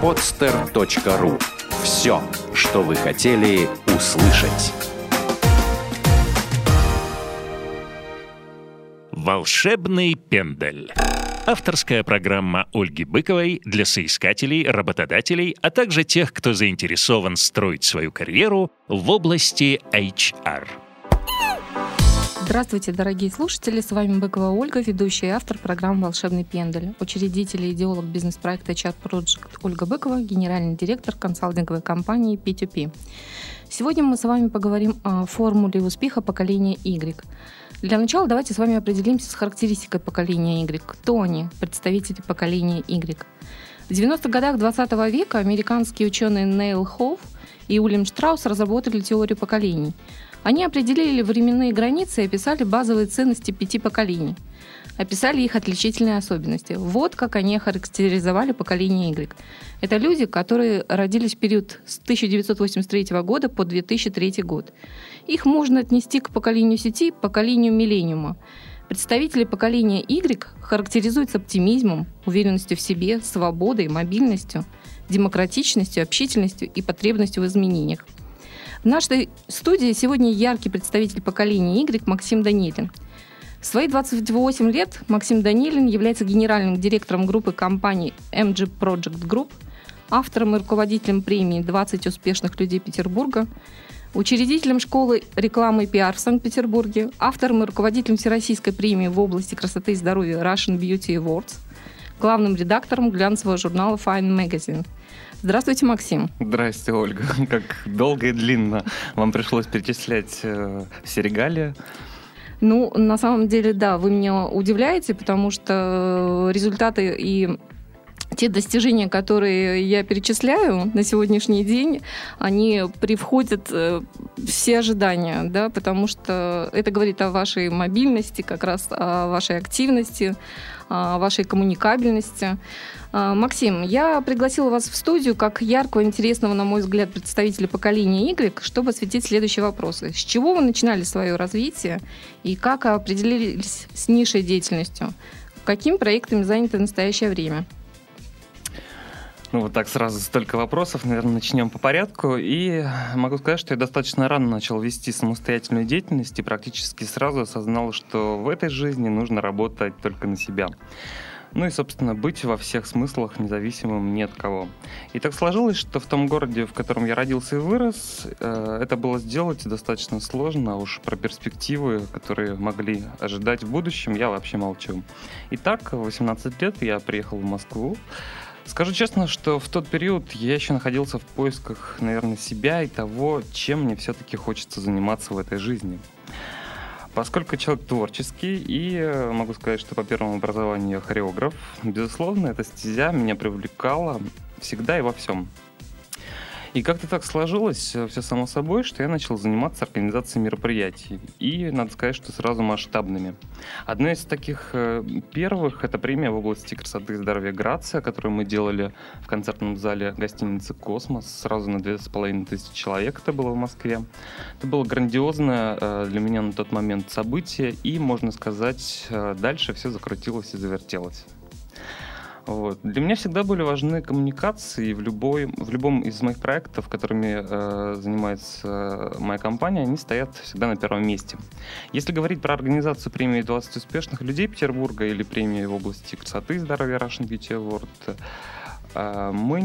podster.ru. Все, что вы хотели услышать. «Волшебный пендель». Авторская программа Ольги Быковой для соискателей, работодателей, а также тех, кто заинтересован строить свою карьеру в области HR. Здравствуйте, дорогие слушатели! С вами Быкова Ольга, ведущая и автор программы «Волшебный пендель», учредитель и идеолог бизнес-проекта HR Project Ольга Быкова, генеральный директор консалтинговой компании P2P. Сегодня мы с вами поговорим о формуле успеха поколения Y. Для начала давайте с вами определимся с характеристикой поколения Y. Кто они, представители поколения Y? В 90-х годах 20 века американские ученые Нейл Хоуфф и Уильям Штраус разработали теорию поколений. Они определили временные границы и описали базовые ценности 5 поколений. Описали их отличительные особенности. Вот как они охарактеризовали поколение Y. Это люди, которые родились в период с 1983 года по 2003 год. Их можно отнести к поколению сети, поколению миллениума. Представители поколения Y характеризуются оптимизмом, уверенностью в себе, свободой, мобильностью, демократичностью, общительностью и потребностью в изменениях. В нашей студии сегодня яркий представитель поколения Y Максим Данилин. В свои 28 лет Максим Данилин является генеральным директором группы компаний MG Project Group, автором и руководителем премии «20 успешных людей Петербурга», учредителем школы рекламы и пиар в Санкт-Петербурге, автором и руководителем Всероссийской премии в области красоты и здоровья Russian Beauty Awards, главным редактором глянцевого журнала Fine Magazine. Здравствуйте, Максим. Здрасте, Ольга. Как долго и длинно вам пришлось перечислять все регалии. Ну, на самом деле, да, вы меня удивляете, потому что результаты и те достижения, которые я перечисляю на сегодняшний день, они превходят все ожидания, да, потому что это говорит о вашей мобильности, как раз о вашей активности, о вашей коммуникабельности. Максим, я пригласила вас в студию как яркого, интересного, на мой взгляд, представителя поколения Y, чтобы осветить следующие вопросы. С чего вы начинали свое развитие и как определились с нишей деятельностью? Какими проектами заняты в настоящее время? Ну, вот так сразу столько вопросов. Наверное, начнем по порядку. И могу сказать, что я достаточно рано начал вести самостоятельную деятельность и практически сразу осознал, что в этой жизни нужно работать только на себя. Ну и, собственно, быть во всех смыслах независимым ни от кого. И так сложилось, что в том городе, в котором я родился и вырос, это было сделать достаточно сложно, а уж про перспективы, которые могли ожидать в будущем, я вообще молчу. Итак, в 18 лет я приехал в Москву. Скажу честно, что в тот период я еще находился в поисках, наверное, себя и того, чем мне все-таки хочется заниматься в этой жизни. Поскольку человек творческий и могу сказать, что по первому образованию я хореограф, безусловно, эта стезя меня привлекала всегда и во всем. И как-то так сложилось все само собой, что я начал заниматься организацией мероприятий. И, надо сказать, что сразу масштабными. Одно из таких первых — это премия в области красоты и здоровья «Грация», которую мы делали в концертном зале гостиницы «Космос». Сразу на 2500 человек это было в Москве. Это было грандиозное для меня на тот момент событие. И, можно сказать, дальше все закрутилось и завертелось. Вот. Для меня всегда были важны коммуникации, и в любом из моих проектов, которыми занимается моя компания, они стоят всегда на первом месте. Если говорить про организацию премии «20 успешных людей Петербурга» или премии в области красоты и здоровья Russian Beauty Award, мы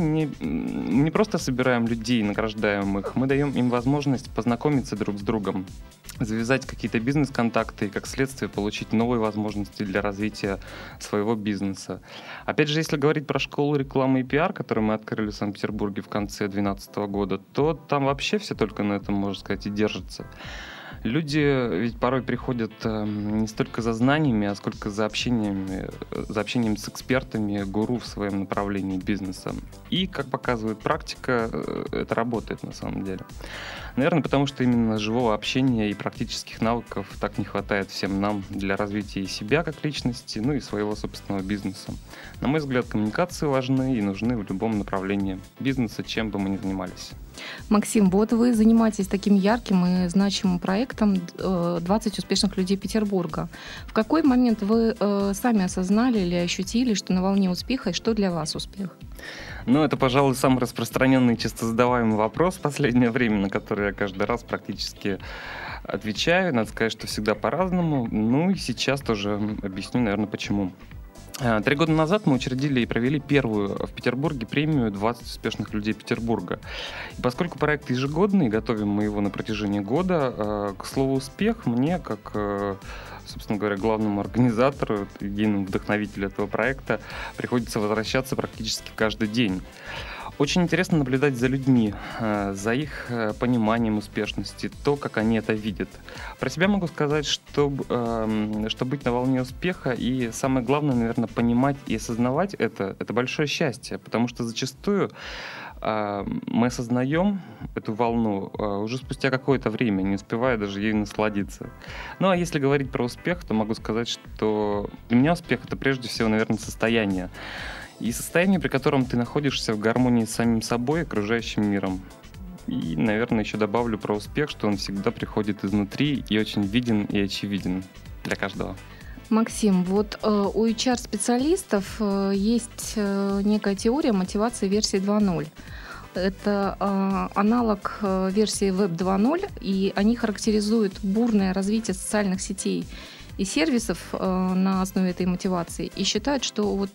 не просто собираем людей, награждаем их, мы даем им возможность познакомиться друг с другом, завязать какие-то бизнес-контакты и, как следствие, получить новые возможности для развития своего бизнеса. Опять же, если говорить про школу рекламы и пиар, которую мы открыли в Санкт-Петербурге в конце 2012 года, то там вообще все только на этом, можно сказать, и держится. Люди ведь порой приходят не столько за знаниями, а сколько за общением с экспертами, гуру в своем направлении бизнеса. И, как показывает практика, это работает на самом деле. Наверное, потому что именно живого общения и практических навыков так не хватает всем нам для развития и себя как личности, ну и своего собственного бизнеса. На мой взгляд, коммуникации важны и нужны в любом направлении бизнеса, чем бы мы ни занимались. Максим, вот вы занимаетесь таким ярким и значимым проектом «20 успешных людей Петербурга». В какой момент вы сами осознали или ощутили, что на волне успеха, и что для вас успех? Ну, это, пожалуй, самый распространенный и часто задаваемый вопрос в последнее время, на который я каждый раз практически отвечаю. Надо сказать, что всегда по-разному. Ну и сейчас тоже объясню, наверное, почему. 3 года назад мы учредили и провели первую в Петербурге премию «20 успешных людей Петербурга». И поскольку проект ежегодный, готовим мы его на протяжении года, к слову «успех» мне, как, собственно говоря, главному организатору, идейному вдохновителю этого проекта, приходится возвращаться практически каждый день. Очень интересно наблюдать за людьми, за их пониманием успешности, то, как они это видят. Про себя могу сказать, что быть на волне успеха и, самое главное, наверное, понимать и осознавать это большое счастье, потому что зачастую мы осознаем эту волну уже спустя какое-то время, не успевая даже ей насладиться. Ну а если говорить про успех, то могу сказать, что для меня успех — это прежде всего, наверное, состояние. И состояние, при котором ты находишься в гармонии с самим собой и окружающим миром. И, наверное, еще добавлю про успех, что он всегда приходит изнутри и очень виден и очевиден для каждого. Максим, вот у HR-специалистов есть некая теория мотивации версии 2.0. Это аналог версии Web 2.0, и они характеризуют бурное развитие социальных сетей и сервисов на основе этой мотивации, и считают, что вот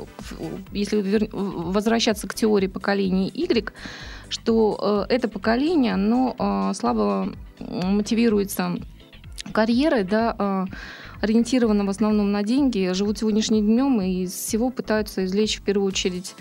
если возвращаться к теории поколения Y, что это поколение, оно слабо мотивируется карьерой, да, ориентировано в основном на деньги, живут сегодняшним днем и из всего пытаются извлечь в первую очередь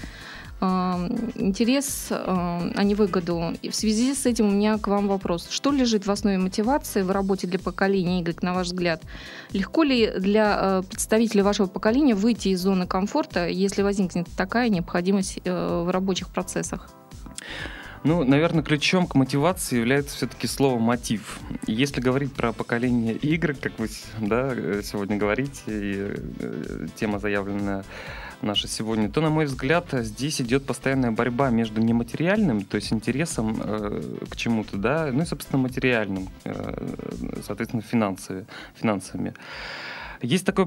интерес, а не выгоду. И в связи с этим у меня к вам вопрос. Что лежит в основе мотивации в работе для поколения Y, на ваш взгляд? Легко ли для представителей вашего поколения выйти из зоны комфорта, если возникнет такая необходимость в рабочих процессах? Ну, наверное, ключом к мотивации является все-таки слово «мотив». И если говорить про поколение Y, как вы сегодня говорите, и тема заявленная наша сегодня, то, на мой взгляд, здесь идет постоянная борьба между нематериальным, то есть интересом к чему-то, да, ну и, собственно, материальным, соответственно, финансами. Есть такое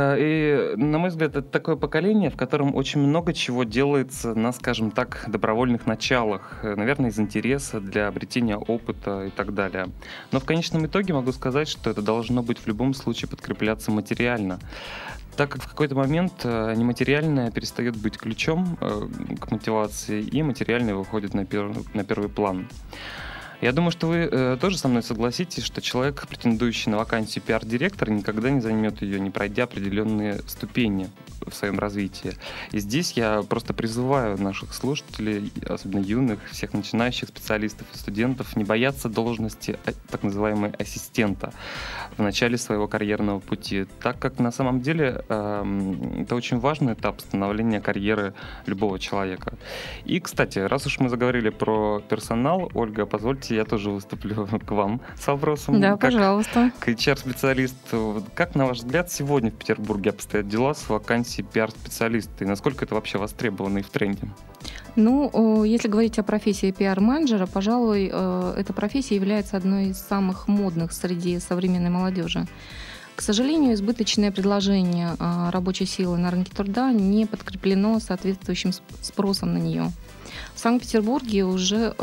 и, на мой взгляд, это такое поколение, в котором очень много чего делается на, скажем так, добровольных началах, наверное, из интереса для обретения опыта и так далее. Но в конечном итоге могу сказать, что это должно быть в любом случае подкрепляться материально, так как в какой-то момент нематериальное перестает быть ключом к мотивации, и материальное выходит на первый план. Я думаю, что вы тоже со мной согласитесь, что человек, претендующий на вакансию пиар-директора, никогда не займет ее, не пройдя определенные ступени в своем развитии. И здесь я просто призываю наших слушателей, особенно юных, всех начинающих специалистов и студентов, не бояться должности так называемой ассистента в начале своего карьерного пути, так как на самом деле это очень важный этап становления карьеры любого человека. И, кстати, раз уж мы заговорили про персонал, Ольга, позвольте, я тоже выступлю к вам с вопросом. Да, пожалуйста. К HR-специалист. Как, на ваш взгляд, сегодня в Петербурге обстоят дела с вакансией пиар-специалиста? И насколько это вообще востребовано и в тренде? Ну, если говорить о профессии пиар-менеджера, пожалуй, эта профессия является одной из самых модных среди современной молодежи. К сожалению, избыточное предложение рабочей силы на рынке труда не подкреплено соответствующим спросом на нее. В Санкт-Петербурге уже,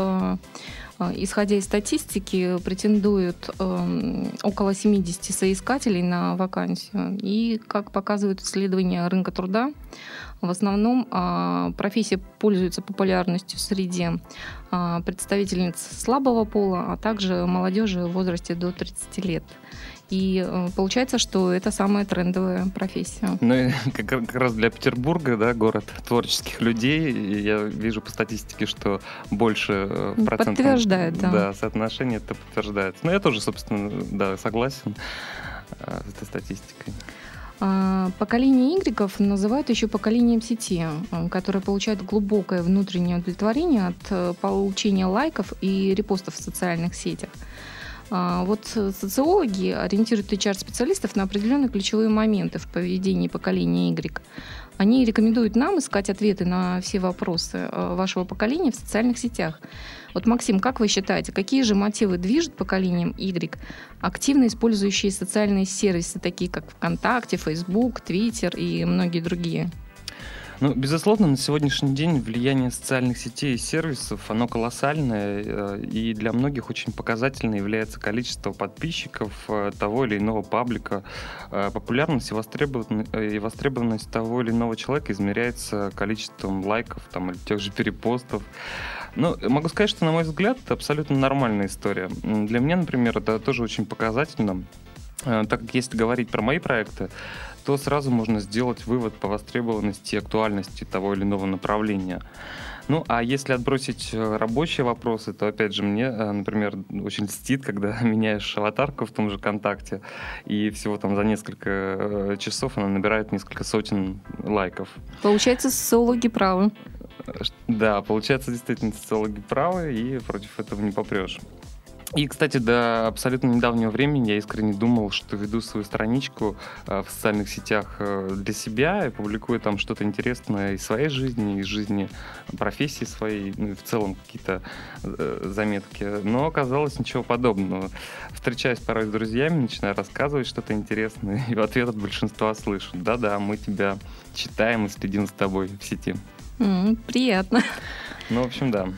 исходя из статистики, претендуют около 70 соискателей на вакансию. И, как показывают исследования рынка труда, в основном профессия пользуется популярностью среди представительниц слабого пола, а также молодежи в возрасте до 30 лет. И получается, что это самая трендовая профессия. Ну и как раз для Петербурга, да, город творческих людей, я вижу по статистике, что больше процентов... Подтверждает, да. Да, соотношение это подтверждается. Но я тоже, собственно, да, согласен с этой статистикой. Поколение Y называют еще поколением сети, которое получает глубокое внутреннее удовлетворение от получения лайков и репостов в социальных сетях. Вот социологи ориентируют HR-специалистов на определенные ключевые моменты в поведении поколения Y. Они рекомендуют нам искать ответы на все вопросы вашего поколения в социальных сетях. Вот, Максим, как вы считаете, какие же мотивы движут поколением Y, активно использующие социальные сервисы, такие как ВКонтакте, Facebook, Twitter и многие другие? Ну, безусловно, на сегодняшний день влияние социальных сетей и сервисов, оно колоссальное, и для многих очень показательно является количество подписчиков того или иного паблика. Популярность и востребованность того или иного человека измеряется количеством лайков там, или тех же перепостов. Ну, могу сказать, что, на мой взгляд, это абсолютно нормальная история. Для меня, например, это тоже очень показательно. Так как если говорить про мои проекты, то сразу можно сделать вывод по востребованности и актуальности того или иного направления. Ну, а если отбросить рабочие вопросы, то, опять же, мне, например, очень льстит, когда меняешь аватарку в том же ВКонтакте, и всего там за несколько часов она набирает несколько сотен лайков. Получается, социологи правы. Да, получается, действительно, социологи правы, и против этого не попрешь. И, кстати, до абсолютно недавнего времени я искренне думал, что веду свою страничку в социальных сетях для себя и публикую там что-то интересное из своей жизни, из жизни профессии своей, ну и в целом какие-то заметки. Но оказалось ничего подобного. Встречаюсь порой с друзьями, начинаю рассказывать что-то интересное, и в ответ от большинства слышу: да-да, мы тебя читаем и следим за тобой в сети. Приятно. Ну, в общем, да.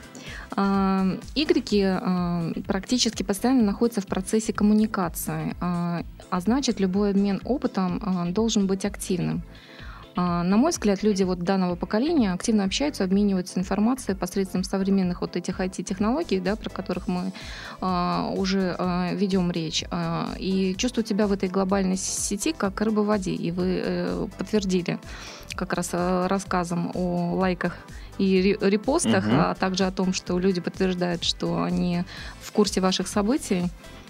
Игреки практически постоянно находятся в процессе коммуникации, а значит, любой обмен опытом должен быть активным. На мой взгляд, люди вот данного поколения активно общаются, обмениваются информацией посредством современных вот этих IT-технологий, да, про которых мы уже ведем речь, и чувствуют себя в этой глобальной сети как рыба в воде. И вы подтвердили как раз рассказом о лайках и репостах, а также о том, что люди подтверждают, что они в курсе ваших событий.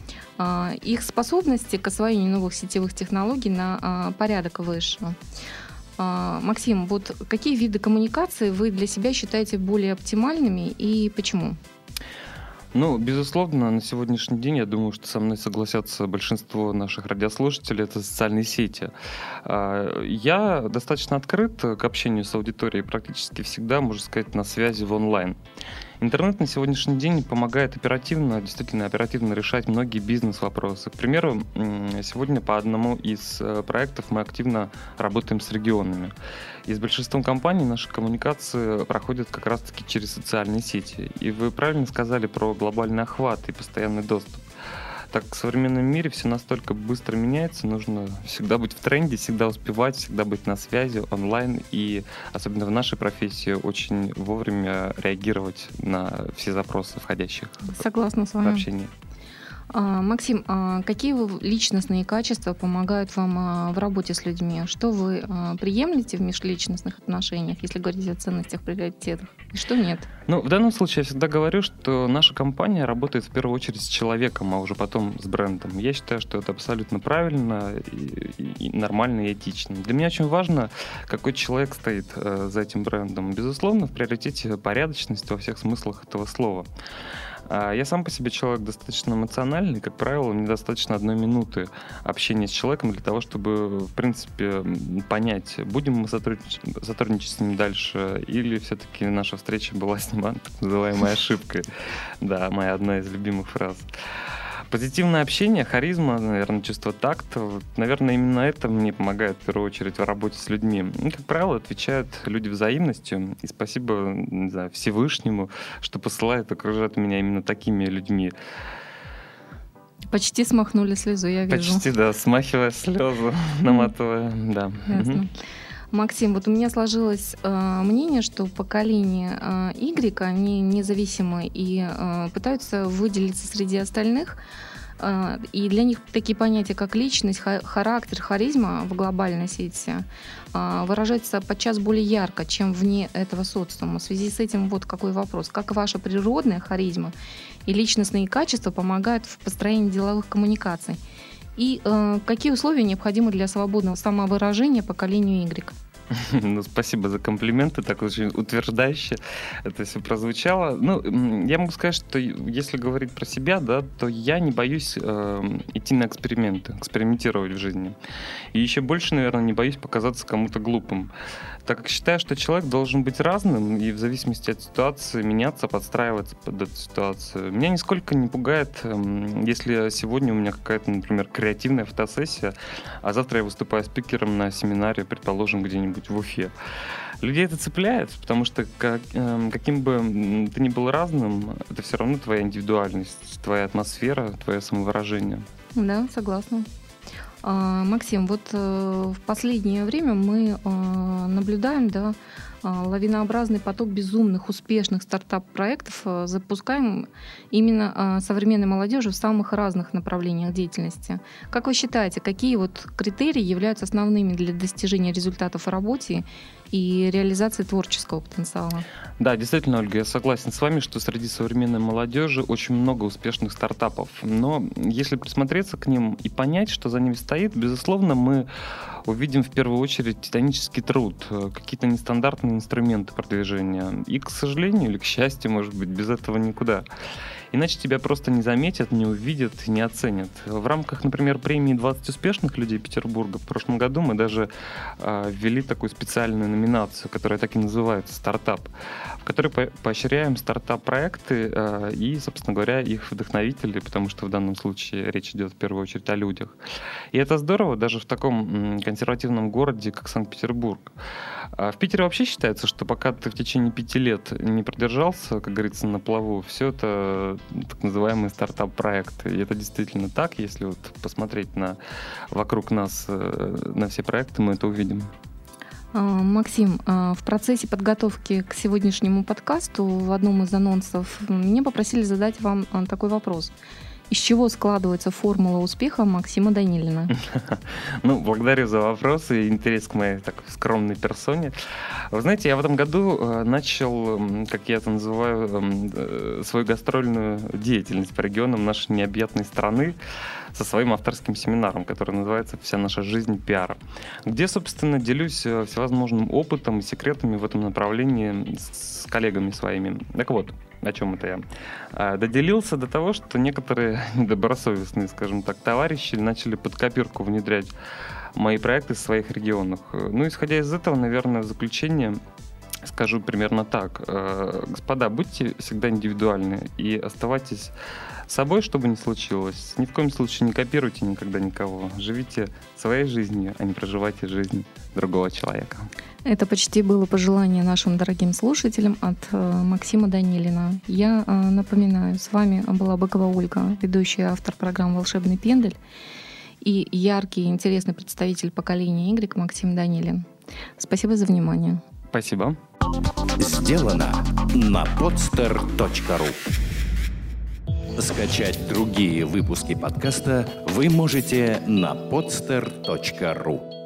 Их способности к освоению новых сетевых технологий на порядок выше. Максим, вот какие виды коммуникации вы для себя считаете более оптимальными и почему? Ну, безусловно, на сегодняшний день, я думаю, что со мной согласятся большинство наших радиослушателей, это социальные сети. Я достаточно открыт к общению с аудиторией, практически всегда, можно сказать, на связи в онлайн. Интернет на сегодняшний день помогает действительно оперативно решать многие бизнес-вопросы. К примеру, сегодня по одному из проектов мы активно работаем с регионами. И с большинством компаний наши коммуникации проходят как раз-таки через социальные сети. И вы правильно сказали про глобальный охват и постоянный доступ. Так как в современном мире все настолько быстро меняется, нужно всегда быть в тренде, всегда успевать, всегда быть на связи онлайн и, особенно в нашей профессии, очень вовремя реагировать на все запросы входящих. Согласна с вами. Сообщений. Максим, какие личностные качества помогают вам в работе с людьми? Что вы приемлете в межличностных отношениях, если говорить о ценностях, приоритетах, и что нет? Ну, в данном случае я всегда говорю, что наша компания работает в первую очередь с человеком, а уже потом с брендом. Я считаю, что это абсолютно правильно и нормально, и этично. Для меня очень важно, какой человек стоит за этим брендом. Безусловно, в приоритете порядочность во всех смыслах этого слова. Я сам по себе человек достаточно эмоциональный. Как правило, мне достаточно 1 минуты общения с человеком для того, чтобы, в принципе, понять, будем мы сотрудничать с ним дальше, или все-таки наша встреча была с ним так называемой ошибкой. Да, моя одна из любимых фраз. Позитивное общение, харизма, наверное, чувство такта. Вот, наверное, именно это мне помогает в первую очередь в работе с людьми. И, как правило, отвечают люди взаимностью. И спасибо, не знаю, Всевышнему, что посылает, окружает меня именно такими людьми. Почти смахнули слезу, я вижу. Почти, да, смахивая слезу, наматывая, да. Ясно. Максим, вот у меня сложилось мнение, что поколение Y, они независимы и пытаются выделиться среди остальных. И для них такие понятия, как личность, характер, харизма в глобальной сети выражаются подчас более ярко, чем вне этого социума. В связи с этим вот какой вопрос. Как ваша природная харизма и личностные качества помогают в построении деловых коммуникаций? И какие условия необходимы для свободного самовыражения поколению Y? Ну, спасибо за комплименты, так очень утверждающе это все прозвучало. Ну, я могу сказать, что если говорить про себя, да, то я не боюсь идти на эксперименты, экспериментировать в жизни. И еще больше, наверное, не боюсь показаться кому-то глупым. так как считаю, что человек должен быть разным и в зависимости от ситуации меняться, подстраиваться под эту ситуацию. Меня нисколько не пугает, если сегодня у меня какая-то, например, креативная фотосессия, а завтра я выступаю спикером на семинаре, предположим, где-нибудь в Уфе. Людей это цепляет, потому что каким бы ты ни был разным, это все равно твоя индивидуальность, твоя атмосфера, твое самовыражение. Да, согласна. Максим, вот в последнее время мы наблюдаем, да, лавинообразный поток безумных, успешных стартап-проектов, запускаем именно современной молодежи в самых разных направлениях деятельности. Как вы считаете, какие вот критерии являются основными для достижения результатов в работе и реализации творческого потенциала? Да, действительно, Ольга, я согласен с вами, что среди современной молодежи очень много успешных стартапов. Но если присмотреться к ним и понять, что за ними стоит, безусловно, мы увидим в первую очередь титанический труд, какие-то нестандартные инструменты продвижения. И, к сожалению или к счастью, может быть, без этого никуда. Иначе тебя просто не заметят, не увидят, не оценят. В рамках, например, премии «20 успешных людей Петербурга» в прошлом году мы даже ввели такую специальную номинацию, которая так и называется «Стартап», в которой поощряем стартап-проекты и, собственно говоря, их вдохновителей, потому что в данном случае речь идет в первую очередь о людях. И это здорово даже в таком консервативном городе, как Санкт-Петербург. В Питере вообще считается, что пока ты в течение 5 лет не продержался, как говорится, на плаву, все это так называемые стартап-проекты. И это действительно так. Если вот посмотреть вокруг нас на все проекты, мы это увидим. Максим, в процессе подготовки к сегодняшнему подкасту в одном из анонсов меня попросили задать вам такой вопрос. Из чего складывается формула успеха Максима Данилина? Благодарю за вопрос и интерес к моей такой скромной персоне. Вы знаете, я в этом году начал, как я это называю, свою гастрольную деятельность по регионам нашей необъятной страны со своим авторским семинаром, который называется «Вся наша жизнь пиара», где, собственно, делюсь всевозможным опытом и секретами в этом направлении с коллегами своими. Так вот, о чем это я? Доделился до того, что некоторые недобросовестные, скажем так, товарищи начали под копирку внедрять мои проекты в своих регионах. Исходя из этого, наверное, в заключение скажу примерно так. Господа, будьте всегда индивидуальны и оставайтесь собой, что бы ни случилось. Ни в коем случае не копируйте никогда никого. Живите своей жизнью, а не проживайте жизнь другого человека. Это почти было пожелание нашим дорогим слушателям от Максима Данилина. Я напоминаю, с вами была Быкова Ольга, ведущая, автор программы «Волшебный пендель», и яркий, интересный представитель поколения Y Максим Данилин. Спасибо за внимание. Спасибо. Сделано на podster.ru. Скачать другие выпуски подкаста вы можете на podster.ru.